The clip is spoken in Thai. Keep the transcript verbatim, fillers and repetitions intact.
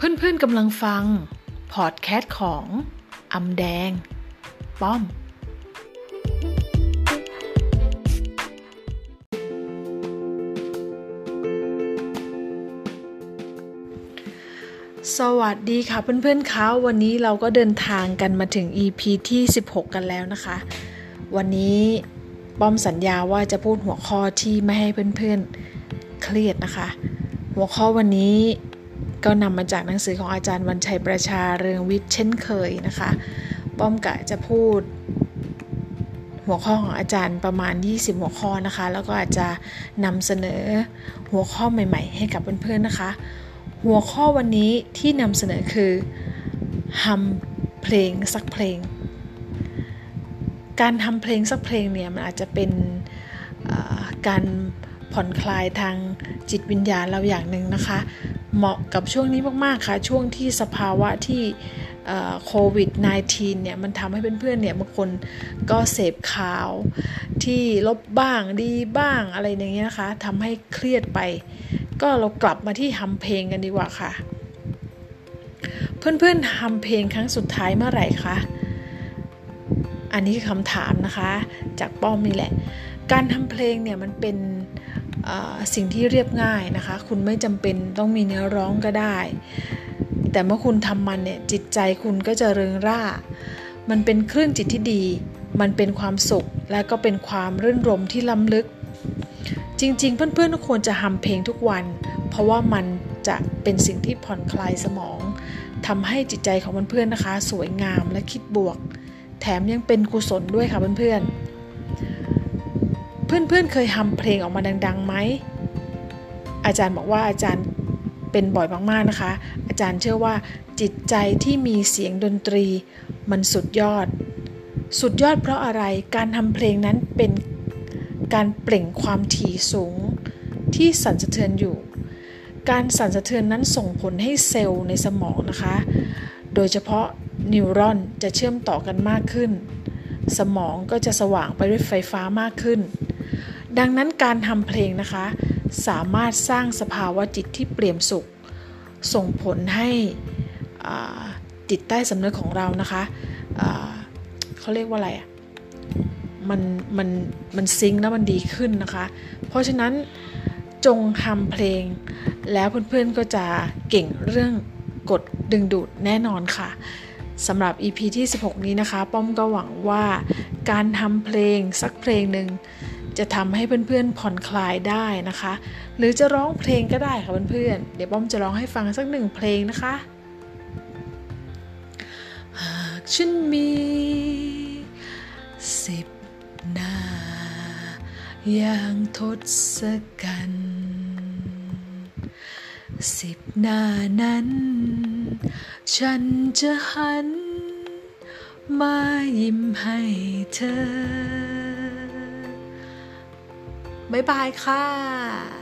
เพื่อนๆกำลังฟังพอดแคสต์ของอำแดงป้อมสวัสดีค่ะเพื่อนๆคะวันนี้เราก็เดินทางกันมาถึง อี พี ที่สิบหกกันแล้วนะคะวันนี้ป้อมสัญญาว่าจะพูดหัวข้อที่ไม่ให้เพื่อนๆเครียดนะคะหัวข้อวันนี้ก็นำมาจากหนังสือของอาจารย์วรรณชัยประชาเรืองวิทย์เช่นเคยนะคะป้อมกะจะพูดหัวข้อของอาจารย์ประมาณยี่สิบหัวข้อนะคะแล้วก็อาจจะนำเสนอหัวข้อใหม่ๆให้กับเพื่อนๆนะคะหัวข้อวันนี้ที่นำเสนอคือฮัมเพลงสักเพลงการทำเพลงสักเพลงเนี่ยมันอาจจะเป็นการผ่อนคลายทางจิตวิญญาณเราอย่างหนึ่งนะคะเหมาะกับช่วงนี้มากๆค่ะช่วงที่สภาวะที่โควิด สิบเก้า เนี่ยมันทำให้เพื่อนๆเนี่ยบางคนก็เสพข่าวที่ลบบ้างดีบ้างอะไรอย่างเงี้ยนะคะทำให้เครียดไปก็เรากลับมาที่ฮัมเพลงกันดีกว่าค่ะเพื่อนๆฮัมเพลงครั้งสุดท้ายเมื่อไหร่คะอันนี้คือคำถามนะคะจากป้อมนี่แหละการทำเพลงเนี่ยมันเป็นสิ่งที่เรียบง่ายนะคะคุณไม่จำเป็นต้องมีเนื้อร้องก็ได้แต่เมื่อคุณทำมันเนี่ยจิตใจคุณก็จะเริงร่ามันเป็นคลื่นจิตที่ดีมันเป็นความสุขและก็เป็นความรื่นรมที่ล้ำลึกจริงๆเพื่อนๆทุกคนจะทำเพลงทุกวันเพราะว่ามันจะเป็นสิ่งที่ผ่อนคลายสมองทำให้จิตใจของเพื่อนๆนะคะสวยงามและคิดบวกแถมยังเป็นกุศลด้วยค่ะเพื่อนๆเพื่อนๆเคยทำเพลงออกมาดังๆไหมอาจารย์บอกว่าอาจารย์เป็นบ่อยมากๆนะคะอาจารย์เชื่อว่าจิตใจที่มีเสียงดนตรีมันสุดยอดสุดยอดเพราะอะไรการทำเพลงนั้นเป็นการเปล่งความถี่สูงที่สั่นสะเทือนอยู่การสั่นสะเทือนนั้นส่งผลให้เซลล์ในสมองนะคะโดยเฉพาะนิวรอนจะเชื่อมต่อกันมากขึ้นสมองก็จะสว่างไปด้วยไฟฟ้ามากขึ้นดังนั้นการทำเพลงนะคะสามารถสร้างสภาวะจิตที่เปี่ยมสุขส่งผลให้จิตใต้สำนึกของเรานะคะเขาเรียกว่าอะไรอ่ะมันมันมันซิงค์แล้วมันดีขึ้นนะคะเพราะฉะนั้นจงทำเพลงแล้วเพื่อนๆก็จะเก่งเรื่องกดดึงดูดแน่นอนค่ะสำหรับ อี พี ที่สิบหกนี้นะคะป้อมก็หวังว่าการทำเพลงสักเพลงหนึ่งจะทำให้เพื่อนๆผ่อนคลายได้นะคะหรือจะร้องเพลงก็ได้ค่ะเพื่อนๆเดี๋ยวป้อมจะร้องให้ฟังสักหนึ่งเพลงนะคะหากฉันมีสิบหน้าอย่างทศกัณฐ์สิบหน้านั้นฉันจะหันมายิ้มให้เธอบ๊ายบายค่ะ